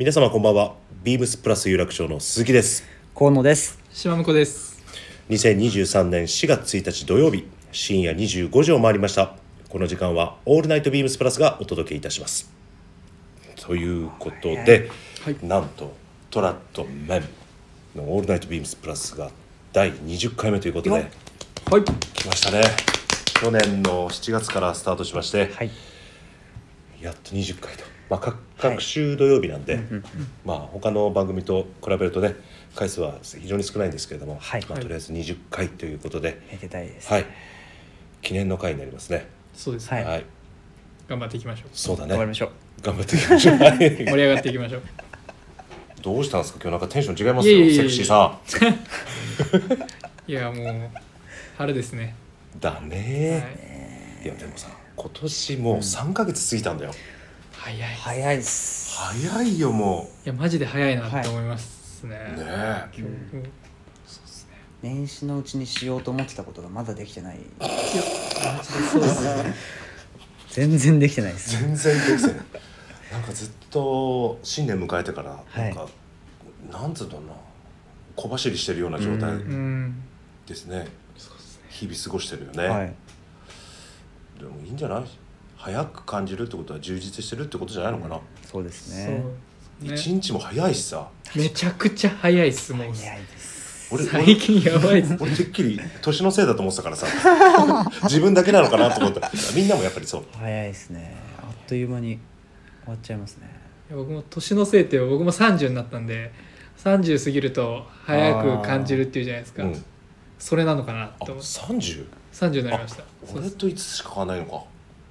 皆様こんばんは。ビームスプラス有楽町の鈴木です。 河野です。 島向です。 2023年4月1日土曜日、深夜25時を回りました。この時間はオールナイトビームスプラスがお届けいたします。ということで、なんとトラッドメンのオールナイトビームスプラスが第20回目ということで、来ましたね。去年の7月からスタートしまして、やっと20回と、各週土曜日なんで、他の番組と比べるとね、回数は非常に少ないんですけれども、とりあえず20回ということで、 めでたいです、 記念の回になりますね。 そうですね、頑張っていきましょう。 そうだね、 頑張りましょう。 頑張っていきましょう。 盛り上がっていきましょう。 どうしたんですか、今日なんかテンション違いますよ。セクシーさんいやもう春ですね。 だね、いやでもさ、今年もう3ヶ月過ぎたんだよ。 早いです。 早いよもう。いやマジで早いなって思いますね。 ねえ、 そうですね。 年始のうちにしようと思ってたことがまだできてない。 マジでそうですね。 全然できてないです。 全然できてない。なんかずっと新年迎えてからなんか、なんつうのな、小走りしてるような状態ですね。日々過ごしてるよね。でもいいんじゃない？早く感じるってことは充実してるってことじゃないのかな。 そうですね。 一日も早いしさ。 めちゃくちゃ早いっすもん。 早いです。 最近やばいです。 俺てっきり年のせいだと思ってたからさ。自分だけなのかなと思った。みんなもやっぱりそう。 早いですね。あっという間に終わっちゃいますね。 いや僕も年のせいって、僕も30になったんで、30過ぎると早く感じるっていうじゃないですか。それなのかなと思って。30になりました。 俺と5つしか変わらないのか。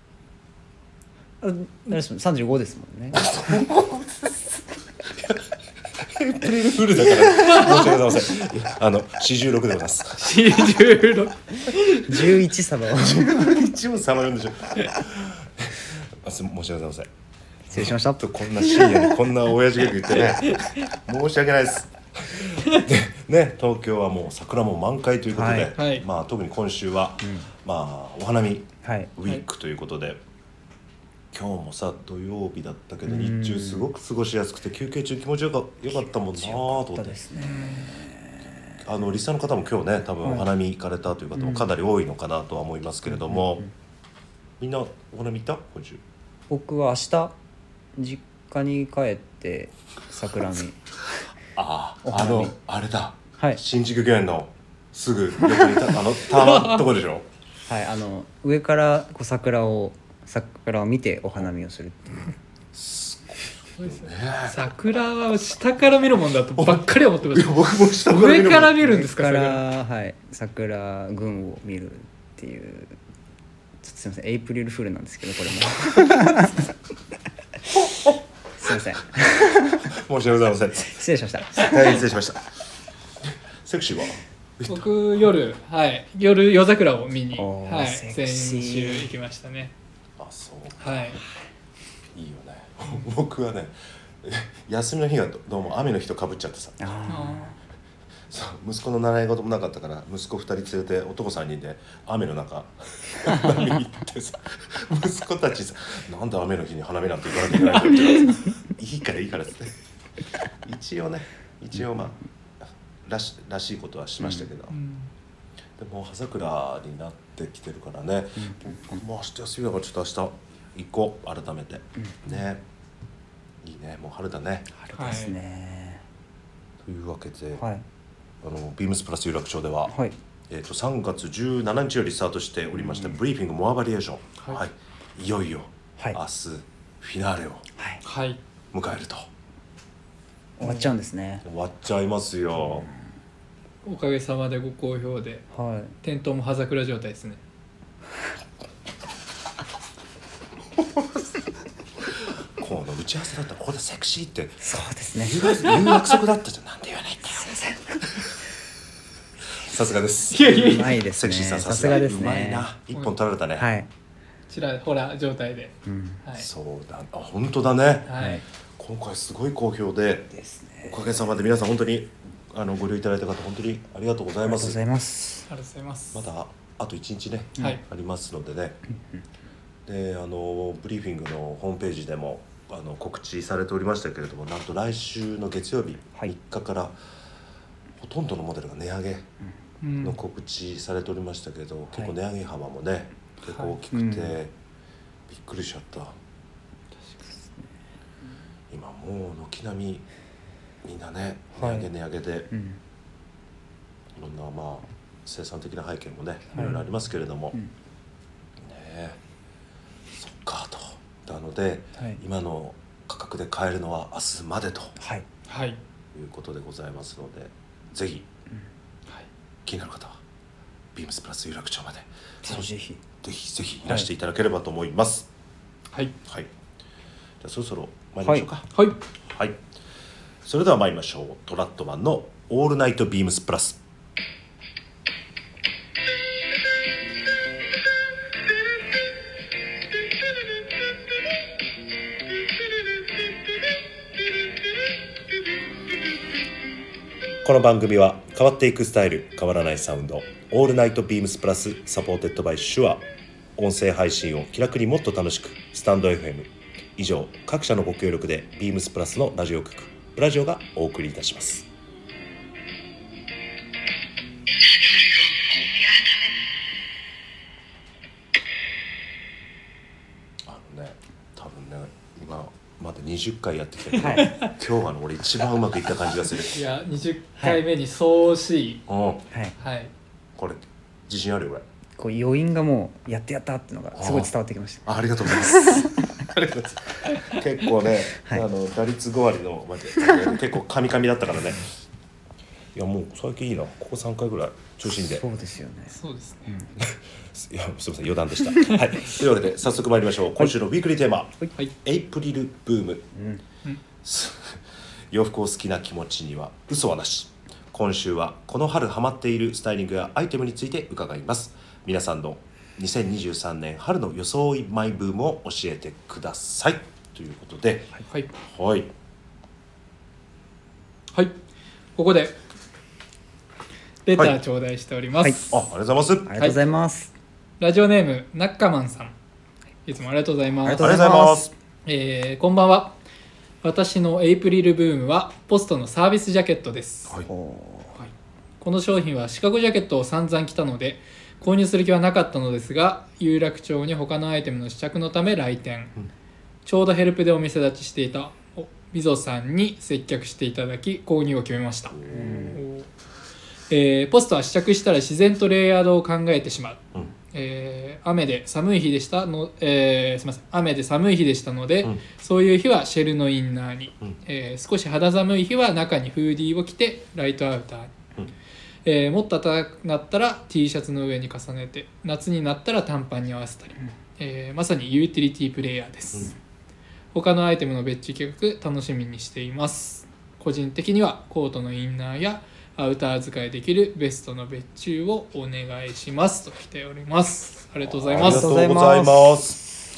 35ですもんね。 エイプリルフールだから申し訳ございません。46でございます。 46。 11差の。 11も差の4でしょ。申し訳ございません。 失礼しました。 こんな深夜にこんな親父が言ってね、申し訳ないです。でね、東京はもう桜も満開ということで、特に今週は、お花見ウィークということで。今日もさ土曜日だったけど日中すごく過ごしやすくて休憩中気持ちよかったもんなと思って。リスナーの方も今日ね多分お花見行かれたという方もかなり多いのかなとは思いますけれども、みんなお花見行った？今週。 僕は明日実家に帰って桜見あれだ、新宿御苑のすぐ横にタワーのとこでしょ。 上から桜を見てお花見をするっていう。 すごいですね。 桜は下から見るもんだとばっかり思ってます。 僕も下から見る。 上から見るんですか？ 桜群を見るっていう。すいません、エイプリルフールなんですけどこれも。すいません。申し訳ございません。 失礼しました。 大変失礼しました。セクシーは？ 僕夜夜桜を見に先週行きましたね。 そうか。いいよね。僕はね、休みの日がどうも雨の日とかぶっちゃってさ。息子の習い事もなかったから息子2人連れて男3人で雨の中花見に行ってさ、息子たちさ、なんで雨の日に花見なんて行かなきゃいけないんだって言っていいからって一応らしいことはしましたけど、でも葉桜になってきてるからね、僕も明日休みだからちょっと明日行こう、改めてね。いいね、もう春だね。 春ですね。 というわけで、ビームスプラス有楽町では、3月17日よりスタートしておりましたブリーフィングモアバリエーション、いよいよ明日フィナーレを迎えると。 終わっちゃうんですね。 終わっちゃいますよ。 おかげさまでご好評で、店頭も葉桜状態ですね。 この打ち合わせだったらここでセクシーってそうですね、 言う約束だったじゃん。なんで言わないんだよ。さすがです。 うまいですね。 セクシーさんさすがですね。 うまいな。一本取られたね。 ちらほら状態で。 そうだ。本当だね。今回すごい好評で、おかげさまで皆さん本当にご利用いただいた方本当にありがとうございます。 ありがとうございます。 まだあと1日ね、ありますのでね。でブリーフィングのホームページでも告知されておりましたけれども、なんと来週の月曜日3日からほとんどのモデルが値上げの告知されておりましたけど、結構値上げ幅もね結構大きくて、びっくりしちゃった。今もう軒並みみんなね値上げ値上げで、いろんなまあ生産的な背景もねいろいろありますけれども、ねそっかと。なので、今の価格で買えるのは明日までと、いうことでございますので、ぜひ、気になる方はビームスプラス有楽町までぜひいらしていただければと思います。じゃあそろそろ参りましょうか。それでは参りましょう。トラットマンのオールナイトビームスプラス。この番組は変わっていくスタイル、変わらないサウンド、オールナイトビームスプラスサポーテッドバイシュア。音声配信を気楽にもっと楽しく、スタンド FM。以上各社のご協力でビームスプラスのラジオ局ブラジオがお送りいたします。多分ね今まだ20回やってきたけど、今日は俺一番うまくいった感じがする。 いや20回目にそう惜しい。 これ自信あるよ俺。 こう余韻がもうやってやったっていうのがすごい伝わってきました。 ありがとうございますありがとうございます。結構ね、打率5割の結構カミカミだったからね。いやもう最近いいな、ここ3回ぐらい中心で。 そうですよね。 そうですね。 いやすみません余談でした。というわけで早速参りましょう。今週のウィークリーテーマ、エイプリルブーム。洋服を好きな気持ちには嘘はなし。今週はこの春ハマっているスタイリングやアイテムについて伺います。皆さんの2023年春の装いマイブームを教えてくださいということで、 ここでレター頂戴しております。 ありがとうございます。 ありがとうございます。 ラジオネームナッカマンさん、いつもありがとうございます。 ありがとうございます。 こんばんは。私のエイプリルブームはポストのサービスジャケットです。この商品はシカゴジャケットを散々着たので購入する気はなかったのですが、有楽町に他のアイテムの試着のため来店、ちょうどヘルプでお店立ちしていたみぞさんに接客していただき購入を決めました。ポストは試着したら自然とレイヤードを考えてしまう。雨で寒い日でしたの、雨で寒い日でしたので、そういう日はシェルのインナーに、少し肌寒い日は中にフーディーを着てライトアウターに、もっと暖かくなったら T シャツの上に重ねて、夏になったら短パンに合わせたり、まさにユーティリティプレイヤーです。他のアイテムの別注企画楽しみにしています。個人的にはコートのインナーやアウター使いできるベストの別注をお願いしますと来ております。ありがとうございます。 ありがとうございます。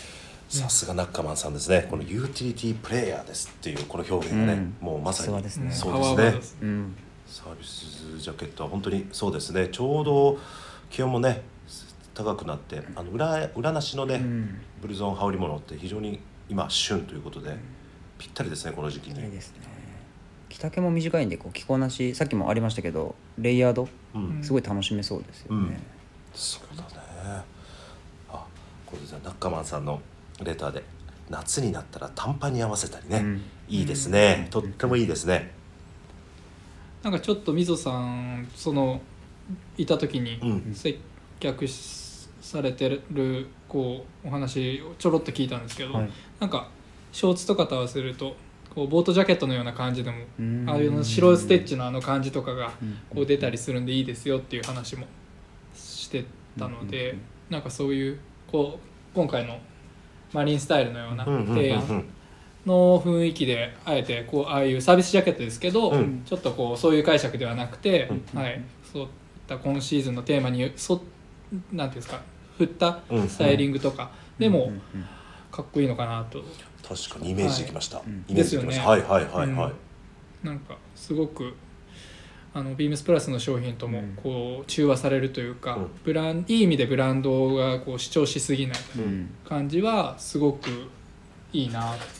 さすがナッカマンさんですね。このユーティリティプレイヤーですっていうこの表現がね、もうまさにそうですね。サービスジャケットは本当にそうですね。ちょうど気温もね高くなって、裏なしのね、ブルゾン羽織物って非常に今旬ということで、ぴったりですねこの時期に。いいですね。 着丈も短いんでこう着こなし、さっきもありましたけどレイヤード、すごい楽しめそうですよね。 そうだね。これじゃナッカマンさんのレターで夏になったら短パンに合わせたりね、いいですね。とってもいいですね。 なんかちょっとみぞさんいた時に接客されてるこうお話をちょろっと聞いたんですけど、なんかショーツとかと合わせるとこうボートジャケットのような感じでも、ああいう白ステッチの感じとかがこう出たりするんでいいですよっていう話もしてたので、なんかそういうこう今回のマリンスタイルのような提案の雰囲気であえてこうああいうサービスジャケットですけど、ちょっとこうそういう解釈ではなくて、そういった今シーズンのテーマになんていうんですか、振ったスタイリングとかでもかっこいいのかなと。 確かにイメージできました。 ですよね。 なんかすごくビームスプラスの商品ともこう中和されるというか、いい意味でブランドがこう主張しすぎない感じはすごくいいな。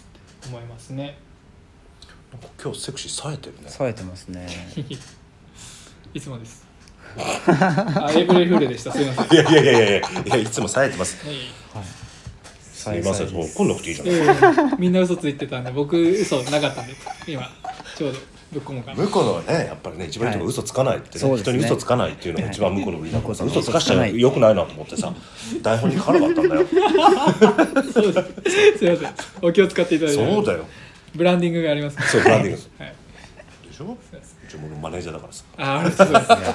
思いますね。 なんか今日セクシー冴えてるね。 冴えてますね。 いつもです。エイプリルフールでした。すいません。 いやいやいやいやいや、いつも冴えてます。 はい。 すいません、もう来んなくていいじゃない。 みんな嘘ついてたんで、僕嘘なかったんで、今ちょうどぶっ込もうかな。 向こうのはね、やっぱりね、一番いいとこ嘘つかないってね、 そうですね人に嘘つかないっていうのが一番向こうの売りだからさ、 はい嘘つかしちゃよくないなと思ってさ、台本に書かなかったんだよ。 そうです。すいません。お気を使っていただいて。 そうだよ。 ブランディングがありますね。 そう、ブランディングはい。 でしょ。うちもマネージャーだからさ。 ありがとうございます。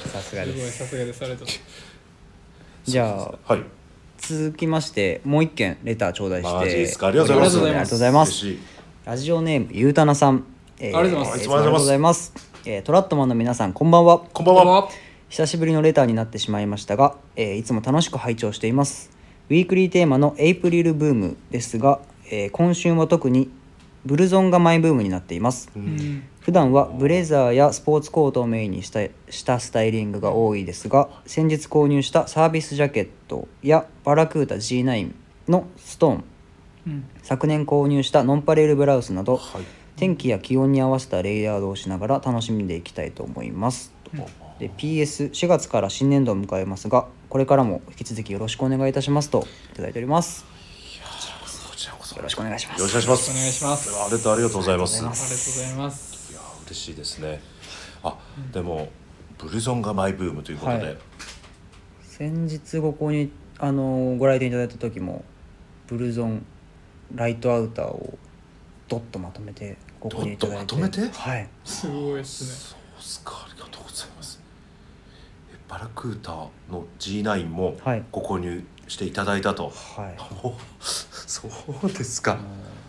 さすがすごい、 です。 さすがです。ありがとうございます。 じゃあはい。 続きましてもう一件レター頂戴して、 マジですか。ありがとうございます。 ありがとうございます嬉しい。 ラジオネームゆうたなさん、 ありがとうございますいつもありがとうございます。トラットマンの皆さんこんばんは。 こんばんは。 久しぶりのレターになってしまいましたが、いつも楽しく拝聴しています。ウィークリーテーマのエイプリルブームですが、今週は特にブルゾンがマイブームになっています。普段はブレザーやスポーツコートをメインにしたスタイリングが多いですが、先日購入したサービスジャケットやバラクータ G9 のストーン、昨年購入したノンパレルブラウスなど、 はい。 天気や気温に合わせたレイヤードをしながら楽しんでいきたいと思います。で PS4 月から新年度を迎えますが、これからも引き続きよろしくお願いいたしますといただいております。 こちらこそ。 よろしくお願いします。 よろしくお願いします。 お願いしますありがとうございます。 ありがとうございます。 いや嬉しいですね。でもブルゾンがマイブームということで、 はい、先日ご購入ご来店いただいた時もブルゾンライトアウターをドッとまとめてご購入いただいて。 ドッとまとめて？ はい。 すごいですね。 そうですか。ありがとうございます。バラクータの G9 もご購入していただいたと。 はい。 そうですか。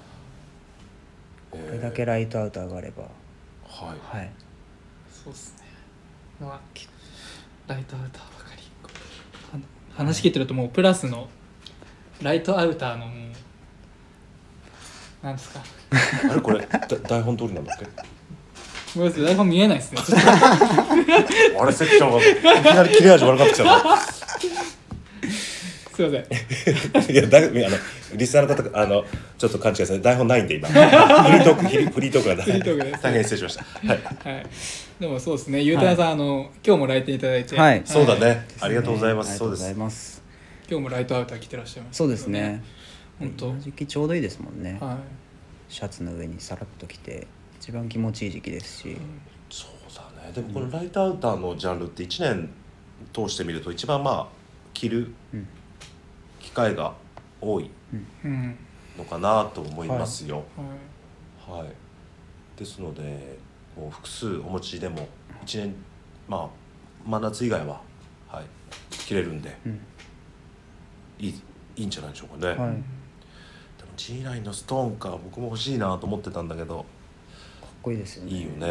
これだけライトアウターがあれば。 はい。 はい。 そうですね。まあライトアウターばかり。話聞いてるともうプラスのライトアウターのもうなんですか。 あれこれ台本通りなんだっけ？ ごめんなさい、台本見えないですね。 あれセクションがいきなり切れ味悪かったよ。 すいません。 いやリスナーの方ちょっと勘違いされ台本ないんで今フリートークが大変失礼しました。はい。 はい。でもそうですね。ゆうたなさん、今日も来店いただいて、 はい。 そうだね。ありがとうございます。 ありがとうございます。 今日もライトアウター着てらっしゃいます。 そうですね。 本当。 今時期ちょうどいいですもんね。 はい。 シャツの上にさらっと着て一番気持ちいい時期ですし。 そうだね。でもこのライトアウターのジャンルって1年通してみると一番着る機会が多いのかなと思いますよ。はい。ですのでもう複数お持ちでも1年真夏以外は着れるんで、いいんじゃないでしょうかね。 はい。 G9 のストーンか僕も欲しいなと思ってたんだけど、 かっこいいですよね。 いいよね。 はい、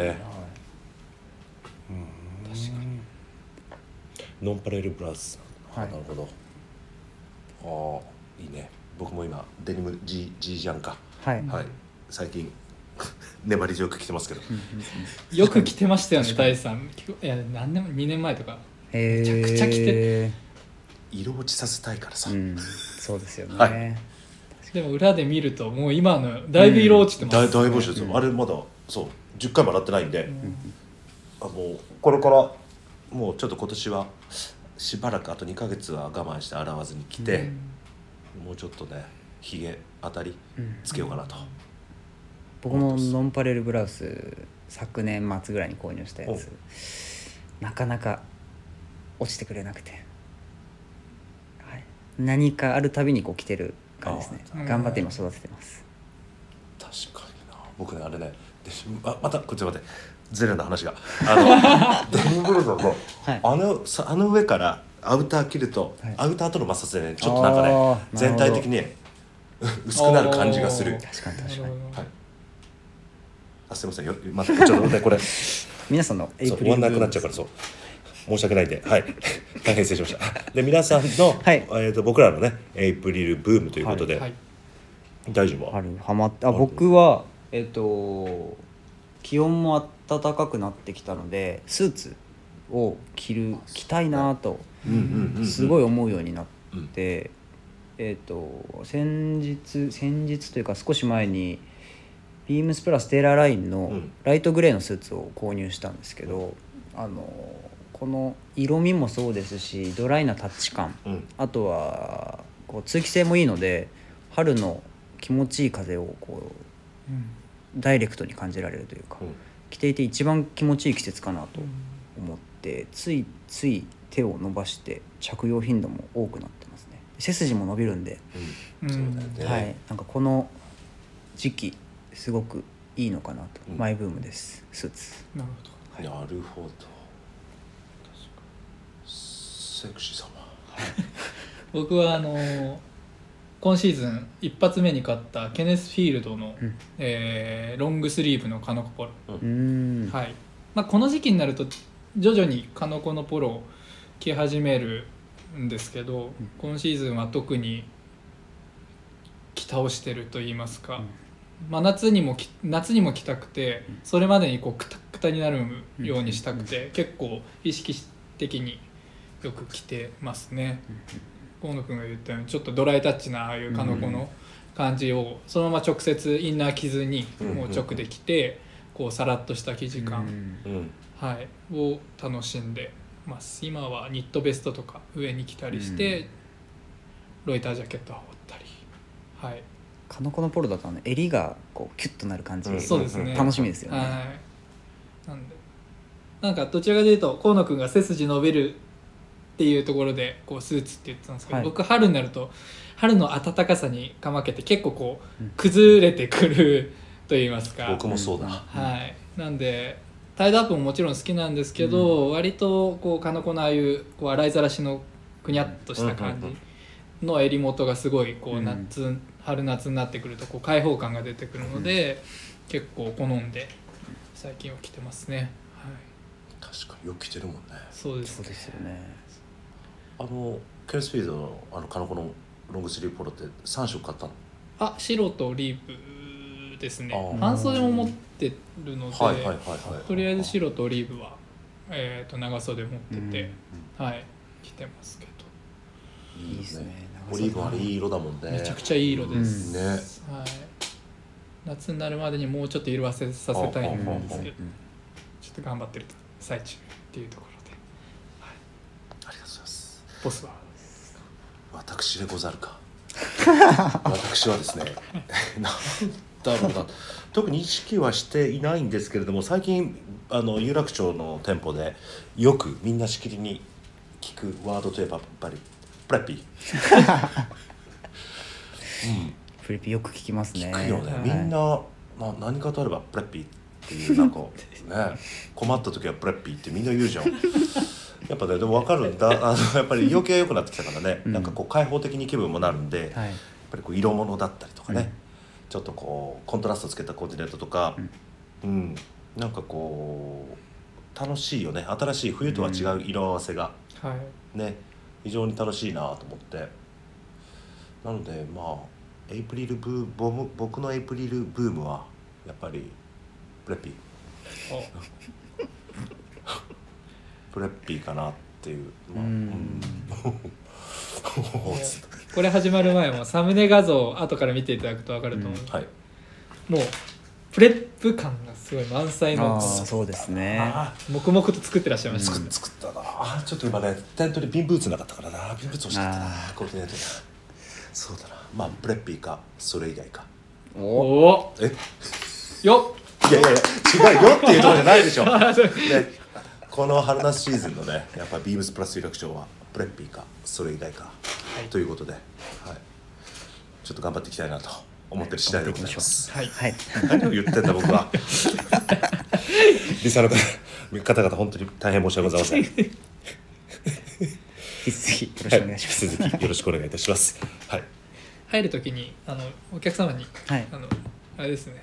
確かに。 ノンパレルブラウス。 はい、 なるほど。いいね。僕も今デニム G ジャンか。 はい。 最近粘り強く着てますけど。 よく着てましたよね、大地さん。いや何年も2年前とか。めちゃくちゃ着て。 色落ちさせたいからさ。 そうですよね。 はい。 でも裏で見るともう今のだいぶ色落ちてます、ね。 だいぶ落ちてる。あれまだそう10回も洗ってないんで、もうこれからもうちょっと今年はしばらくあと2ヶ月は我慢して洗わずに着て、もうちょっとねひげあたりつけようかなと。 僕もノンパレルブラウス昨年末ぐらいに購入したやつ、なかなか落ちてくれなくて、何かあるたびに着てる感じですね。頑張って今育ててます。 確かにな。僕ねあれねまたこっちまでゼロな話がデニムブルゾンの、あの上からアウター着ると、アウターとの摩擦でねちょっとなんかね全体的に薄くなる感じがする。 確かに。 すみませんよ、またちょっとこれ皆さんのエイプリル終わんなくなっちゃうから申し訳ないんで、大変失礼しました。で皆さんの、僕らのねエイプリルブームということで、大丈夫はハマって僕は気温も暖かくなってきたのでスーツを着たいなとすごい思うようになって、先日というか少し前にビームスプラステーラーラインのライトグレーのスーツを購入したんですけど、この色味もそうですしドライなタッチ感、あとはこう通気性もいいので春の気持ちいい風をこう、ダイレクトに感じられるというか、着ていて一番気持ちいい季節かなと思って、ついつい手を伸ばして着用頻度も多くなってますね。背筋も伸びるんで、 そうだよね、 はい、なんかこの時期すごくいいのかなと、マイブームですスーツ。 なるほど、 なるほど。セクシー様僕は今シーズン一発目に買ったケネス・フィールドの、ロングスリーブのカノコポロ、はいまあ、この時期になると徐々にカノコのポロを着始めるんですけど、今シーズンは特に着倒してると言いますか、まあ、夏にも着たくて、それまでにこうクタクタになるようにしたくて、結構意識的によく着てますね。河野くんが言ったようにちょっとドライタッチなああいうカノコの感じをそのまま直接インナー着ずにもう直で着て、こうさらっとした生地感、はい、を楽しんでます。今はニットベストとか上に着たりして、ロイタージャケットを羽織ったり、はい、 カノコのポロだと襟がこうキュッとなる感じ、 そうですね、 楽しみですよね。 はい、なんかどちらかというと河野くんが背筋伸びるっていうところでこうスーツって言ってたんですけど、僕春になると春の暖かさにかまけて結構こう崩れてくると言いますか、 僕もそうだ、 はい、なんでタイドアップももちろん好きなんですけど、割とこうカノコのああいうこう洗いざらしのくにゃっとした感じの襟元がすごいこう春夏になってくるとこう開放感が出てくるので、結構好んで最近は着てますね。はい、 確かによく着てるもんね。 そうですよね。 ケンスフィールドのカノコのロングスリーブポロって3色買ったの？ 白とオリーブですね。半袖も持ってるので、とりあえず白とオリーブは、長袖持ってて、はい、着てますけど。 いいですね。 オリーブあれいい色だもんね。 めちゃくちゃいい色です。 ね。 はい。夏になるまでにもうちょっと色あせさせたいんですけど、ちょっと頑張ってる最中っていうところで。 はい。ありがとうございます。 ボスは私でござるか。私はですね、なんだろうな、特に意識はしていないんですけれども、最近有楽町の店舗でよくみんなしきりに聞くワードといえばやっぱりプレッピー。 プレッピーよく聞きますね。 聞くよね。みんな何かとあればプレッピーっていうなんかね、困った時はプレッピーってみんな言うじゃん。やっぱね、でも分かるんだ。やっぱり陽気が良くなってきたからね、なんかこう開放的に気分もなるんで、やっぱりこう色物だったりとかね、ちょっとこうコントラストつけたコーディネートとか、なんかこう楽しいよね。新しい冬とは違う色合わせが、ね、非常に楽しいなと思って。なので僕のエイプリルブームはやっぱりプレッピー。プレッピーかなっていう、 これ始まる前もサムネ画像を後から見ていただくと分かると思う、もうプレップ感がすごい満載の、 そうですね、 黙々と作ってらっしゃいました、 作ったな。ちょっと今ねテントにビンブーツなかったからな。ビンブーツ欲しかったな。コーディネートな。そうだな。プレッピーかそれ以外か。 おおよっ、 いや違うよっていうところじゃないでしょ。この春夏シーズンのね、やっぱビームスプラス有楽町はプレッピーかそれ以外か、ということで、ちょっと頑張っていきたいなと思ってる次第でございます。何を言ってんだ僕は。リサの方々本当に大変申し訳ございません。 引き続きよろしくお願いします。 引き続きよろしくお願いいたします。 入るときにお客様に、あれですね、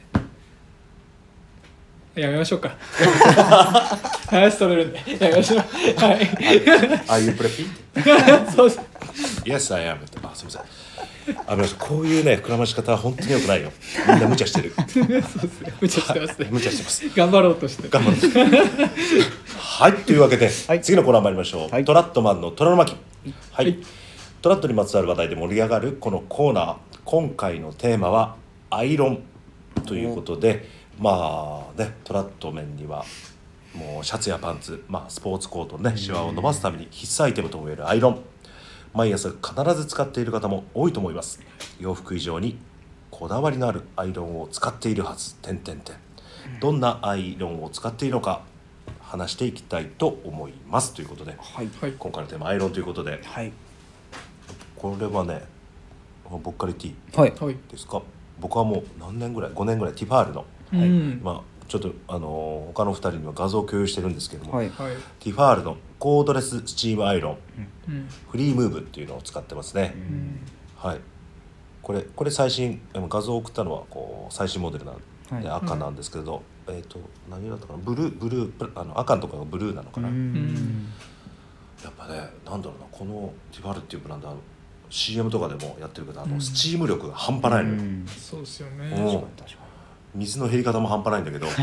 やめましょうか。話取れるんでやめましょう。 Are you preppy? そうです。 Yes, I am. すみません。こういうね膨らまし方は本当に良くないよ。みんな無茶してる。 そうですね。無茶してますね。 無茶してます。 頑張ろうとして。 頑張ろう。はい、というわけで、次のコーナー参りましょう。トラットマンの虎の巻。はい。トラットにまつわる話題で盛り上がるこのコーナー。今回のテーマはアイロンということで、まあねトラットメンにはもうシャツやパンツ、スポーツコートのねシワを伸ばすために必須アイテムともいえるアイロン、毎朝必ず使っている方も多いと思います。洋服以上にこだわりのあるアイロンを使っているはず。どんなアイロンを使っているのか話していきたいと思いますということで、 はい今回のテーマアイロンということで、 はいこれはね僕から言っていいはいはいですか。僕はもう何年ぐらい5年ぐらいティファールの、 うんちょっと他の2人には画像を共有してるんですけども、 はいはいティファールのコードレススチームアイロン、 うんフリームーブっていうのを使ってますね、はい。これ最新画像を送ったのはこう最新モデルなんではい赤なんですけど、何だったかな、ブルー赤のところがブルーなのかな、やっぱねなんだろうな、このティファールっていうブランドはCM とかでもやってるけどスチーム力が半端ないのよ、 そうですよね。 うん水の減り方も半端ないんだけど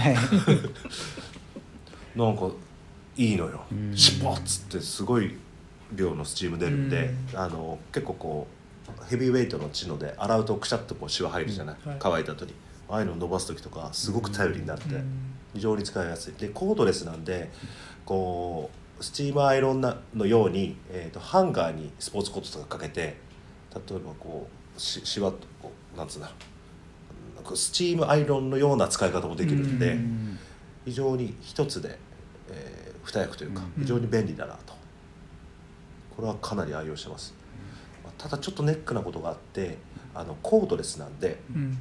なんかいいのよ、シュポッつってすごい量のスチーム出るんで、結構こうヘビーウェイトのチノで洗うとくしゃっとこうシワ入るじゃない、 はい乾いた後にああいうのを伸ばす時とかすごく頼りになって非常に使いやすい。でコードレスなんでこうスチームアイロンのように、ハンガーにスポーツコートとかかけて、例えばこうシワっとこうなんつうんだ、スチームアイロンのような使い方もできるんで、非常に一つで、二役というか非常に便利だなと、これはかなり愛用してます。ただちょっとネックなことがあって、コードレスなんで、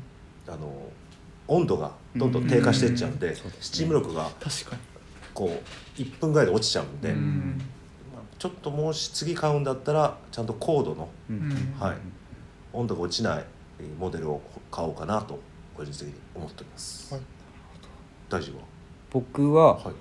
温度がどんどん低下していっちゃうんで、スチーム力が確かに。 こう1分ぐらいで落ちちゃうんで、ちょっともし次買うんだったらちゃんとコードの、はい、温度が落ちないモデルを買おうかなと個人的に思っております。大丈夫は僕は、 はい、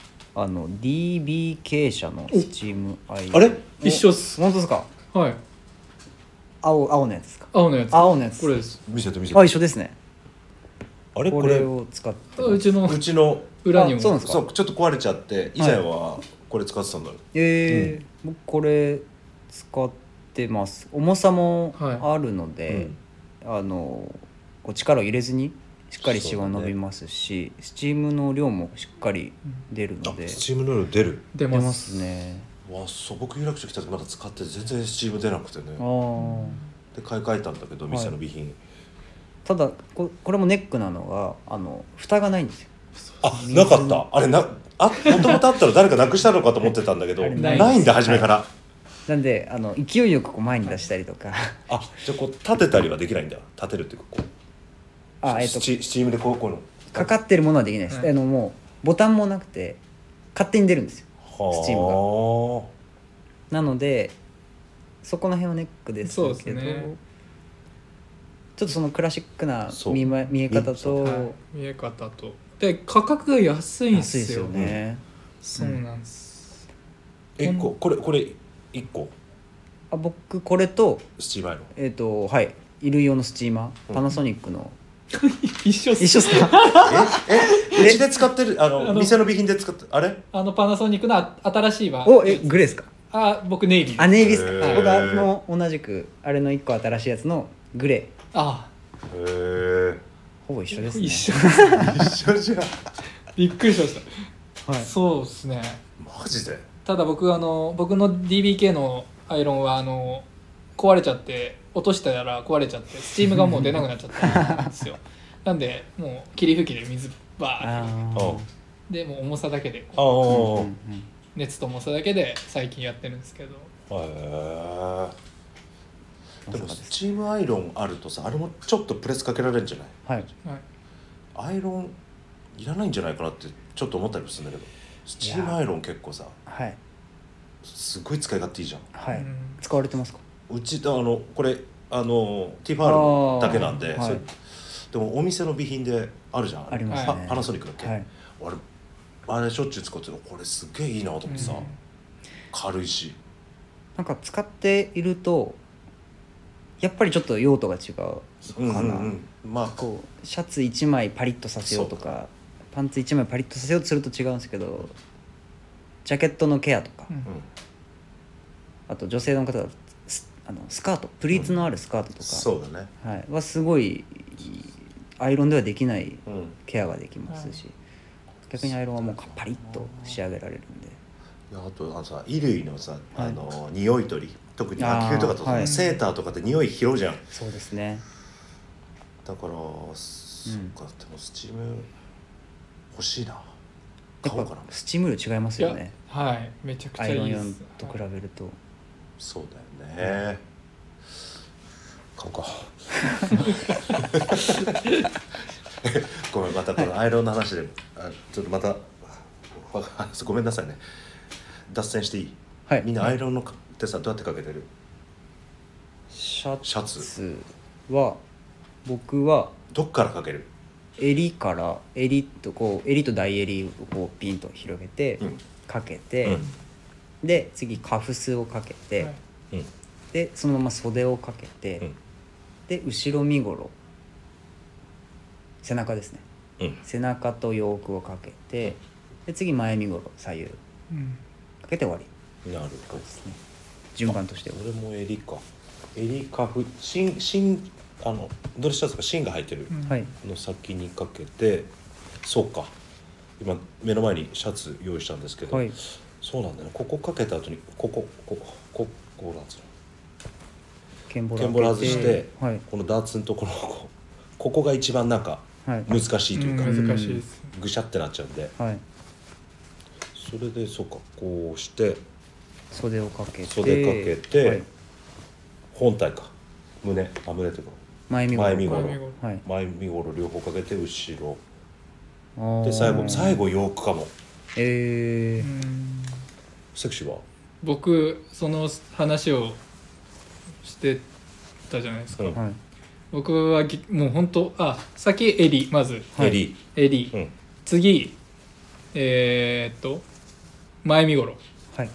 DBK 社のスチームアイロン。 あれ一緒っす。 本当ですか？ はい。 青のやつですか？ 青のやつ。 青のやつこれです。 見せて見せて。 あ、一緒ですね。こあれこれれを使ってうちのうちの裏にも。 そうなんですか？ そうちょっと壊れちゃって以前はこれ使ってたんだよ、 僕これ使ってます。重さもはいあるので、こう力を入れずにしっかりシワ伸びますし、スチームの量もしっかり出るので、 スチームの量出る。 出出まますす。 ね。 素朴有楽町来た時まだ使って全然スチーム出なくてね、 あで買い替えたんだけど、店の備品、 ただこれもネックなのが蓋がないんですよ。 なかったあれもともとあったら誰かなくしたのかと思ってたんだけどあれないんだ初めから、 なんで勢いよくこう前に出したりとかじゃあこう立てたりはできないんだ。立てるっていうかこうスチームでこういうのかかってるものはできないです、 はいもうボタンもなくて勝手に出るんですよ、スチームが。なのでそこの辺はネックですそうけど、 ですね。 ちょっとそのクラシックなそう見え方と、 はい見え方と。で価格が安いんですよ。 安いですよね。 そうなんです。 これ1個僕これとスチームアイロンはい衣類用のスチーマー、パナソニックの一緒っす。 一緒っすか？ うちで使ってる店の備品で使ってあれパナソニックの新しい版。 グレーですか？ 僕ネイビー。 ネイビーっすか？ へー僕も同じくあれの1個新しいやつのグレー、 へえほぼ一緒ですね。 一緒。 一緒じゃんびっくりしました。 はいそうですね。 マジでただ僕の DBK のアイロンは壊れちゃって落としたら壊れちゃってスチームがもう出なくなっちゃったんですよ。なんでもう霧吹きで水バーってでもう重さだけで熱と重さだけで最近やってるんですけど。 へえ。でもスチームアイロンあるとさ、あれもちょっとプレスかけられるんじゃない？ はい。 アイロンいらないんじゃないかなってちょっと思ったりもするんだけど、スチームアイロン結構さ、 はい。 すごい使い勝手いいじゃん。 はい。使われてますか？ うちこれティファールだけなんで、 はい、 でもお店の備品であるじゃん。 ありますね。 パナソニックだっけ？ はい、 あれしょっちゅう使ってる。これすげえいいなと思ってさ、軽いし。 なんか使っているとやっぱりちょっと用途が違うかな。 まあこうシャツ1枚パリッとさせようとかパンツ1枚パリッとさせようとすると違うんですけど、ジャケットのケアとか、あと女性の方だとスカート、プリーツのあるスカートとか、 そうだね。 はい、はすごいアイロンではできないうんケアができますし、逆にアイロンはもうパリッと仕上げられるんで。 いやあとさ衣類のさ匂い取り、特に秋冬とかとはいセーターとかで匂い拾うじゃん。 そうですね。 だからそっか、でもスチーム欲しいな。 や買おうかな。 っぱスチーム量違いますいやよね。 はいめちゃくちゃアイロン用いいですと比べると。 そうだよね。買おうか。ごめんまたこのアイロンの話で、ちょっとまたごめんなさいね。脱線していい？ はい。 みんなアイロンのってさどうやってかけてる？ シャシャツツは僕はどっからかける？ 襟から襟と大襟をこうピンと広げてうんかけて、で次カフスをかけて、 はいうんでそのまま袖をかけて、 うんで後ろ身ごろ背中ですね、 うん背中とヨークをかけて、で次前身ごろ左右うんかけて終わりなるほど。 ですね、順番としては。 俺も襟か。襟カフ芯ドレスシャツが芯が入ってるうんはいの先にかけて、そうか。今目の前にシャツ用意したんですけど、 はいそうなんだよね。ここかけた後にこなんつうの。 剣ボ剣ボラ外して、 はいこのダーツのところここが一番なんかはい難しいというか、 うん難しいですぐしゃってなっちゃうんで、 はいそれでそうかこうして袖をかけて袖かけて、 はい本体か胸というか前身ごろ前身ごろ前身ごろはい前身ごろ両方かけて後ろあーで最後ヨークかも。 うんセクシーは僕その話をしてたじゃないですか、 うんはい僕はもう本当先襟まず襟、 襟、 うん次前身ごろはい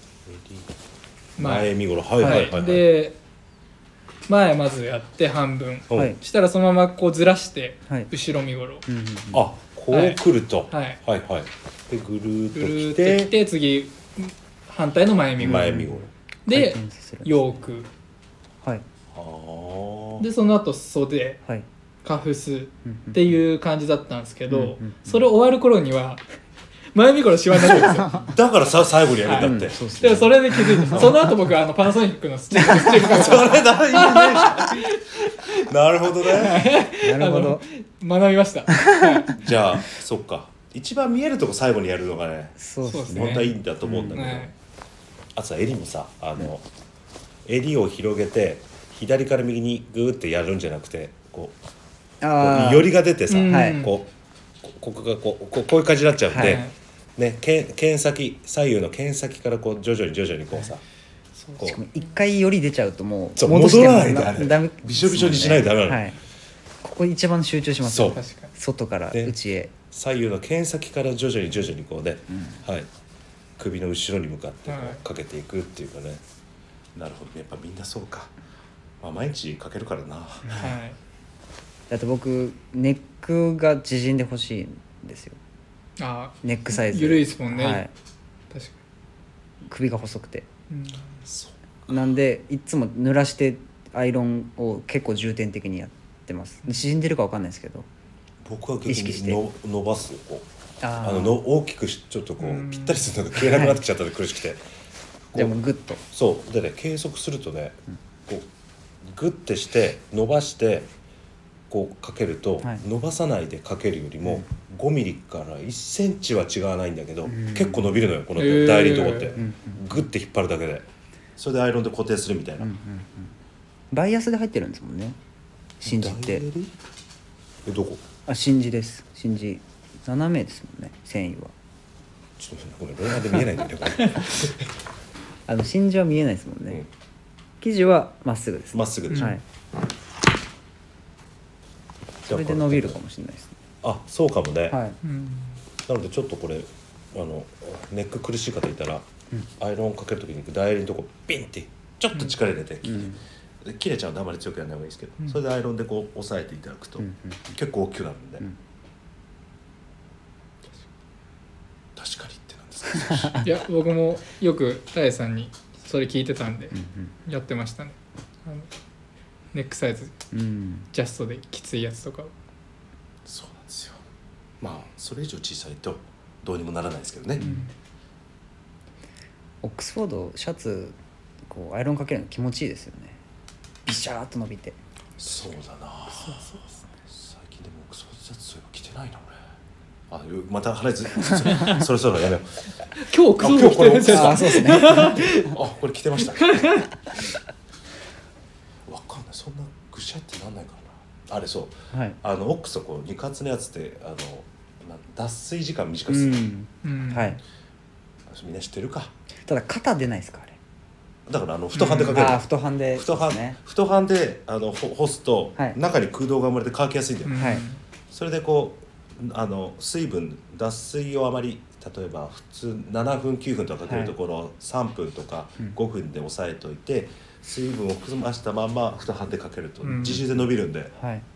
前身ごろはいはいはい、 で前まずやって半分うんはいしたらそのままこうずらしてはい後ろ身ごろ、 うんうんうんあこう来ると、 はいはいはいでぐるーっとぐるーっと来てきて次反対の前身ごろ前身ごろ回で転させるヨークはいあーでその後袖はいカフスうんうんっていう感じだったんですけど、 うんうんうんそれ終わる頃には前身頃シワになってるんですよだから最後にやるんだって、 そうですねでもそれで気づいてその後僕パナソニックのスチームかそれだいいねなるほどねなるほど学びました、はいじゃあそっか一番見えるとこ最後にやるのがねそうですね本当はいいんだと思うんだけど、 はいあとさ襟もさ襟を広げて左から右にグーってやるんじゃなくてこうよりが出てさ、 うんはいここがこういう感じになっちゃうんで、 はいね剣先左右の剣先からこう徐々にこうさ、こしかも一回より出ちゃうともそうう戻して戻らないであれダメびしょびしょにしないとダメなのはいここ一番集中しますそう確かに外からね内へ左右の剣先から徐々にこうね、はい、首の後ろに向かってこはいうかけていくっていうかね、なるほどやっぱみんなそうか、まあ、毎日かけるからな、 はいだって僕ネックが縮んでほしいんですよネックサイズ緩いですもんね、 はい、 確か首が細くてに、 そうなんでいつも濡らしてアイロンを結構重点的にやってます縮んでるか分かんないですけど僕は意識して結構伸ばすこうあー大きくちょっとこうぴったりするのが消えなくなってきちゃったので苦しくて、 じゃあもうグッとそうでね計測するとね、こうグッてして伸ばしてこうかけると、 はい伸ばさないでかけるよりも、5ミリから1センチは違わないんだけど、 ん結構伸びるのよこのへー代理のとこって、 うんグッて引っ張るだけでそれでアイロンで固定するみたいな、 バイアスで入ってるんですもんね真珠って代理どこ真珠です真珠斜めですもんね繊維はちょっとごめんローラーで見えないんだよねこれ真珠は見えないですもんね、 うん生地はまっすぐです、 まっすぐでしょ、 はいそれで伸びるかもしれないですねあそうかもね、 はいうんなのでちょっとこれネック苦しい方いたら、アイロンかけるときに代理のとこピンってちょっと力入れて、で切れちゃうのであまり強くやらない方がいいですけど、それでアイロンでこう押さえていただくと、結構大きくなるんで、確かにってなんですかいや僕もよくあやさんにそれ聞いてたんでやってましたねネックサイズうんジャストできついやつとかそうなんですよ。まあそれ以上小さいとどうにもならないですけどね、 オックスフォードシャツこうアイロンかけるの気持ちいいですよね。ビシャーっと伸びて。 そうだな。最近でもオックスフォードシャツそういえば着てないな俺。また話そろそろやめよう。 今日クソ着てるんですあ、そうですね。 これ着てましたわかんない、そんなぐしゃってなんないかな。あれそう、 はい、 オックスとこう二活のやつって脱水時間短くする、 はい。 みんな知ってるか。 ただ肩出ないですかあれ。 だから太ハンでかける、 太ハンでですね。 太ハンで干すと、 はい、 中に空洞が生まれて乾きやすいんだよ、 はい、 それでこう水分脱水をあまり例えば普通7分9分とかかけるところを3分とか5分で抑えておいて、水分を含ましたまんま太ハンでかけると自重で伸びるんで、 はい、 確かに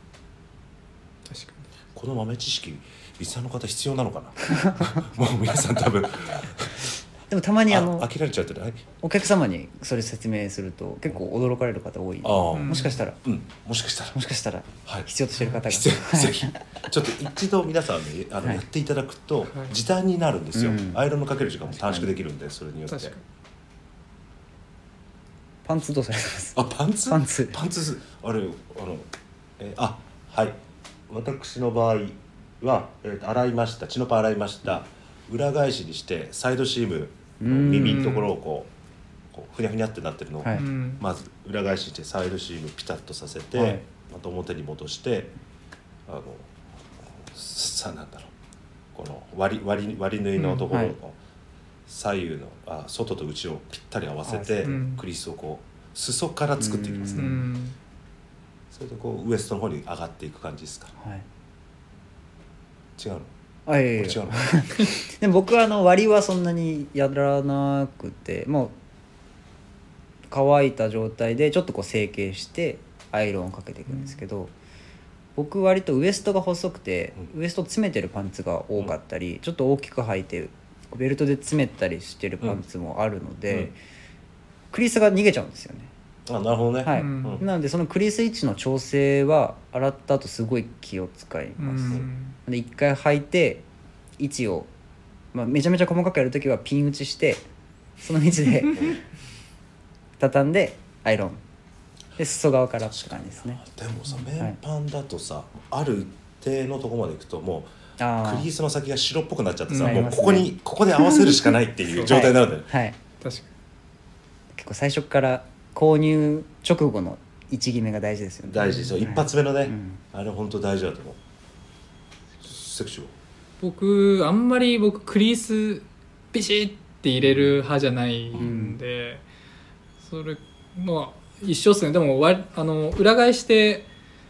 この豆知識リスナーの方必要なのかなもう皆さん多分でもたまに飽きられちゃってる、はい、 お客様にそれ説明すると結構驚かれる方多い。もしかしたら、 もしかしたら必要としてる方が、 ぜひちょっと一度皆さんにやっていただくと時短になるんですよ、アイロンのかける時間も短縮できるんで、それによってパンツどうされてます？ パンツあれはい私の場合は、洗いました。チノパン洗いました。裏返しにしてサイドシームの耳のところをこうふにゃふにゃってなってるのを、まず裏返しにしてサイドシームピタッとさせて、また表に戻してなんだろう、この割り縫いのところの左右の外と内をぴったり合わせて、クリスをこう裾から作っていきますね。それでこうウエストの方に上がっていく感じですか。違うの？違うのでも僕は割りはそんなにやらなくて、もう乾いた状態でちょっとこう成形してアイロンをかけていくんですけど、僕割とウエストが細くて、ウエスト詰めてるパンツが多かったり、ちょっと大きく履いてベルトで詰めたりしてるパンツもあるので、クリースが逃げちゃうんですよね。 なるほどね。 なのでそのクリース位置の調整は洗った後すごい気を使います。で一回履いて位置を、めちゃめちゃ細かくやるときはピン打ちしてその位置で畳んでアイロンで裾側からって感じですね。 でもさ、綿パンだとさ、ある一定のところまでいくともうクリースの先が白っぽくなっちゃってさ、もうここで合わせるしかないっていう状態になるんだよね。 はい、確かに結構最初から購入直後の位置決めが大事ですよね。 大事ですよ、一発目のね、あれ本当大事だと思う。セクシーはあんまりクリースビシッって入れる派じゃないんで、それ一緒っすね。でも裏返して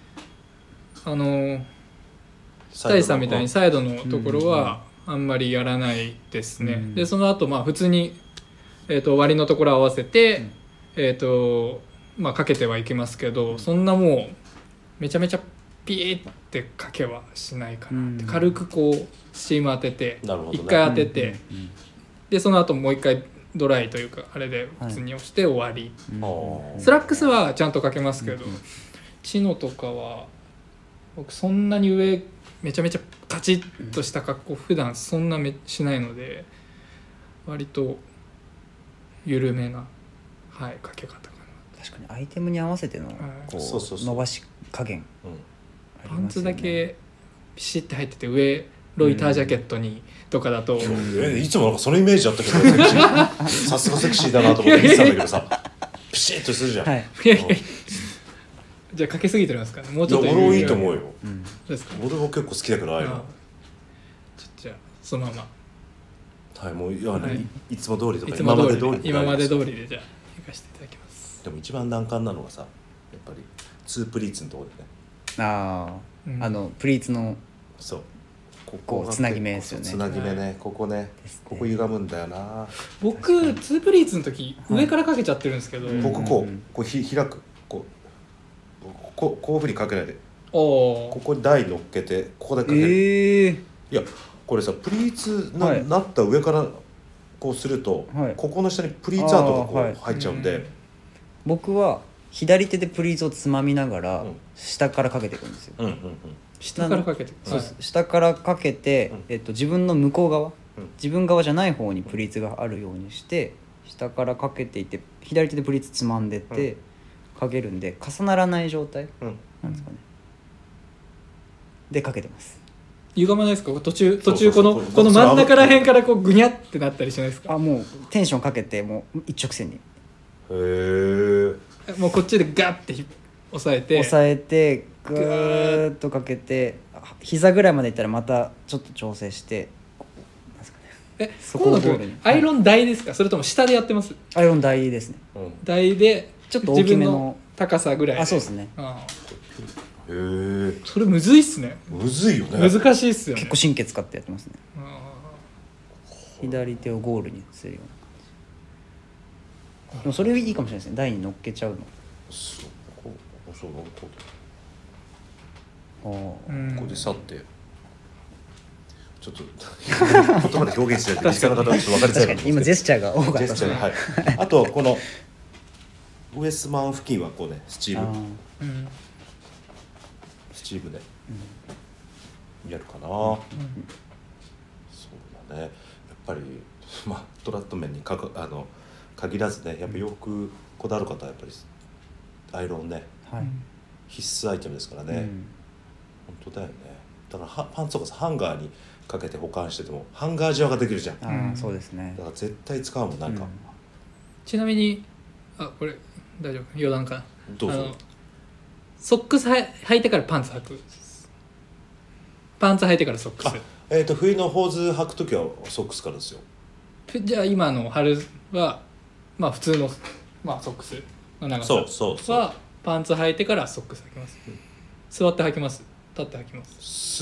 大さんみたいにサイドのところはあんまりやらないですね。でその後普通に、割りのところ合わせて、かけてはいきますけど、そんなもうめちゃめちゃピーってかけはしないかなって、軽くこうスチーム当てて一回当てて、でその後もう一回ドライというかあれで普通に押して終わり。スラックスはちゃんとかけますけど、チノとかは僕そんなに上めちゃめちゃカチッとした格好普段そんなしないので、割と緩めな、かけ方かな。 確かにアイテムに合わせてのこう伸ばし加減、 パンツだけピシッて入ってて上ロイタージャケットにとかだと、 いつもなんかそのイメージだったけどさすがセクシーだなと思って見てたんだけどさ、ピシッとするじゃん。 じゃあかけすぎてるんですかね。もうちょっと。 俺はいいと思うよ。 俺は結構好きだけど、ああいうの。 じゃあそのまま。 はい、もういつも通りとか今まで通りでじゃあ行かせていただきます。 でも一番難関なのがさ、やっぱり2プリーツのところでね。 プリーツのそうこうつなぎ目ですよね。 つなぎ目ね、ここ歪むんだよな。 僕2プリーツの時上からかけちゃってるんですけど、 僕こう開くこういうふうにかけないで、ここに台乗っけてここでかける。いやこれさ、プリーツなった上からこうすると、ここの下にプリーツアートがこう入っちゃうんで、 僕は左手でプリーツをつまみながら下からかけていくんですよ。 下からかけて、 そうです、下からかけて、自分の向こう側、自分側じゃない方にプリーツがあるようにして下からかけていって左手でプリーツつまんでってかけるんで重ならない状態なんですかね、でかけてます。 歪まないですか？途中この真ん中ら辺からこうグニャってなったりしないですか？ もうテンションかけてもう一直線にもうこっちでガッて押さえてグーッとかけて膝ぐらいまでいったらまたちょっと調整してそこをゴールに。 アイロン台ですか？それとも下でやってます？ アイロン台ですね。 台でちょっと大きめの高さぐらい。 そうですね。 それむずいっすね。 むずいよね。 難しいっすよね。 結構神経使ってやってますね。左手をゴールにするような感じ。でもそれいいかもしれないですね。台に乗っけちゃうの。 ここで去ってちょっと言葉で表現しないとリスナーの方はちょっと分かりづらいかもしれない。 今ジェスチャーが多かったですね。 はい。あとこのウエスマン付近はこうねスチームでやるかな。そうだね。やっぱりトラット面に限らずね、やっぱ洋服こだわる方はやっぱりアイロンね、必須アイテムですからね。本当だよね。だからパンツとかハンガーにかけて保管しててもハンガーじわができるじゃん。 そうですね。 だから絶対使うもんなんか。 ちなみにこれ大丈夫？余談かな。 どうぞ。 ソックス履いてからパンツ履く。パンツ履いてからソックス。 冬のホーズ履くときはソックスからですよ。 じゃあ今の春は普通のソックスの長さはパンツ履いてからソックス履きます。座って履きます？立って履きます？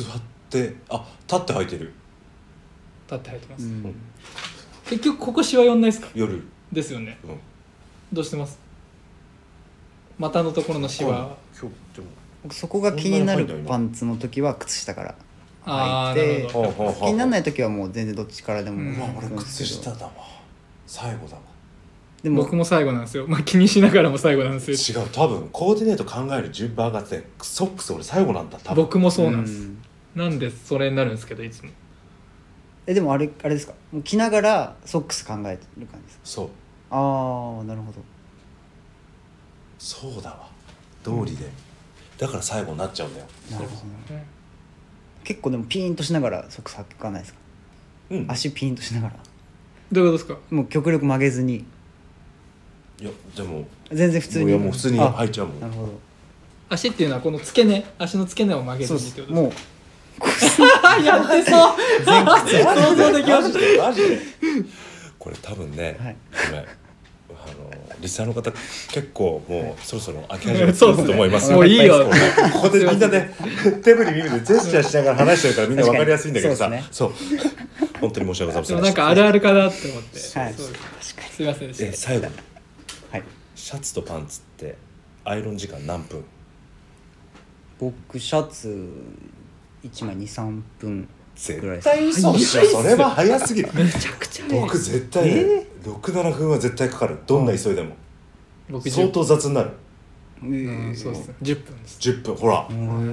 座って立って履いてる。 立って履いてます。結局ここシワ寄んないですか？ 夜ですよね。どうしてます？股のところのシワ。 そこが気になるパンツの時は靴下から履いて、気にならない時はもう全然どっちからでも。 俺靴下だわ。最後だわ。 でも僕も最後なんですよ。気にしながらも最後なんですよ。違う、多分コーディネート考える順番があってソックス俺最後なんだ。多分僕もそうなんです。なんでそれになるんですけどいつも。 でもあれですか？もう着ながらソックス考えてる感じですか？ そう。 なるほど。 そうだわ。道理で。だから最後になっちゃうんだよ。 なるほどね。結構でもピーンとしながらソックス履かないですか？足ピーンとしながら。 どういうことですか？ もう極力曲げずに。 いやでも全然普通に。 いやもう普通に履いちゃうもん。 なるほど。 足っていうのはこの付け根、足の付け根を曲げずにってことですか？ もうやってそう。想像できました。 マジで。これ多分ね、ごめん。リスナーの方結構もうそろそろ飽き始めてると思いますよ。 もういいよ。 ここでみんなね手振り耳でジェスチャーしながら話してるからみんな分かりやすいんだけどさ、そう本当に申し訳ございません。 でもなんかあるあるかなって思って。 確かに。 すいませんでした。 最後にシャツとパンツってアイロン時間何分？ 僕シャツ1枚 2,3 分ぐらいです。 絶対嘘っしょ。それは早すぎる。 めちゃくちゃ僕絶対ね6,7 分は絶対かかる。どんな急いでも相当雑になる。 そうですね。10分です。 10分ほら。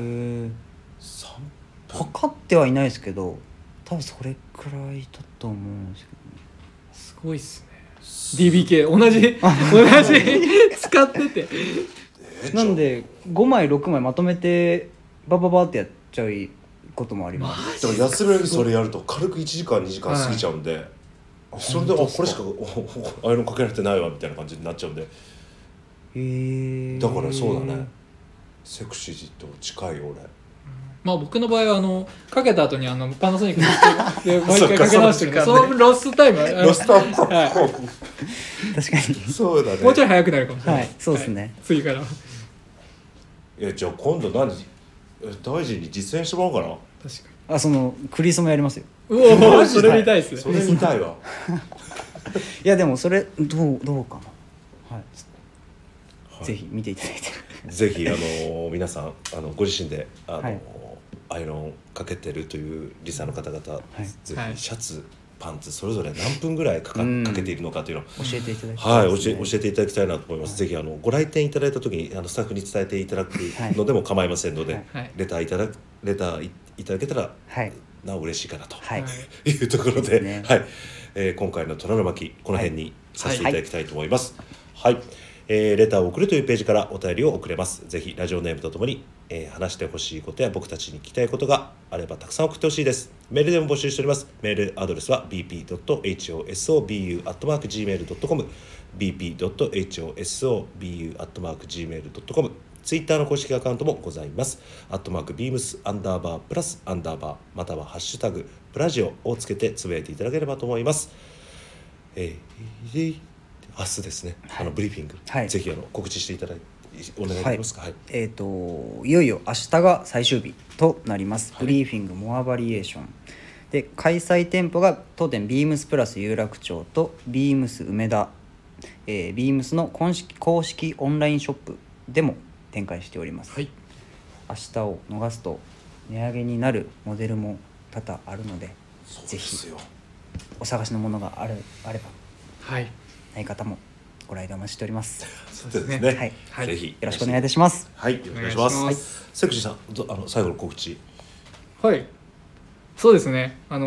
測ってはいないですけど多分それくらいだと思うんですけどね。 すごいっすね。DBK 同じ使ってて。 なんで5枚6枚まとめてバババってやっちゃうこともあります。 でも休めるそれやると軽く1時間2時間過ぎちゃうんで、それでこれしかアイロンかけられてないわみたいな感じになっちゃうんで。だからそうだね。セクシーと近い俺。 僕の場合はかけた後にパナソニックでもう一回かけ直してるんで、そのロスタイムロスタイム確かにそうだね。 もうちょい早くなるかもしれない。 そうですね。 次から。 じゃあ今度大臣に実践してもらおうかな。 確かに。 そのクリソもやりますよ。 おお、それ見たいですね。 それ見たいわ。 いやでもそれどうかな。ぜひ見ていただいて。 ぜひ皆さんご自身でアイロンかけてるというリサの方々、ぜひシャツパンツそれぞれ何分ぐらいかけているのかというのを教えていただきたはいい、 ですね。 教えていただきたいなと思います。ぜひご来店いただいた時にスタッフに伝えていただくのでも構いませんので、 はいレターいただけたらはいなお嬉しいかなとはいいうところで、 そうですねはい今回の虎の巻この辺にさせていただきたいと思います。はい、レターを送るというページからお便りを送れます。ぜひラジオネームとともに、話してほしいことや僕たちに聞きたいことがあればたくさん送ってほしいです。メールでも募集しております。メールアドレスは bp.hosobu@gmail.com bp.hosobu@gmail.com ツイッターの公式アカウントもございます。@beams_+_ またはハッシュタグプラジオをつけてつぶやいていただければと思います。明日ですね、ブリーフィング、 はいぜひ告知していただいてお願いできますか。はい、 いよいよ明日が最終日となります、 はい、 ブリーフィングモアバリエーションで、開催店舗が当店ビームスプラス有楽町とビームス梅田、ビームスの公式オンラインショップでも展開しております、はい、明日を逃すと値上げになるモデルも多々あるので、ぜひお探しのものがあれば、 はい、 ない方もご来店お待ちしております。 そうですね。 はい、 ぜひよろしくお願いいたします。 はい、よろしくお願いします。はい、セクシーさん、最後の告知。 はい、そうですね。はい。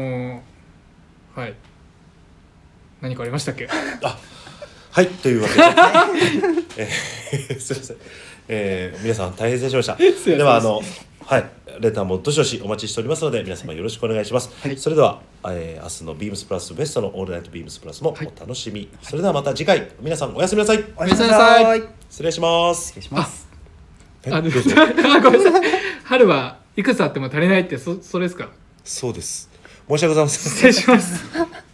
何かありましたっけ？ はい、というわけで、すみません。皆さん大変失礼しました。でははい、レターもどしどしお待ちしておりますので皆様よろしくお願いします。はい、それでは、明日のビームスプラスベストのオールナイトビームスプラスもお楽しみ。はい、それではまた次回皆さんおやすみなさい。 おやすみなさい。 失礼します。 失礼します。 ごめんなさい。春はいくつあっても足りないってそれですか？ そうです。申し訳ございません。 失礼します。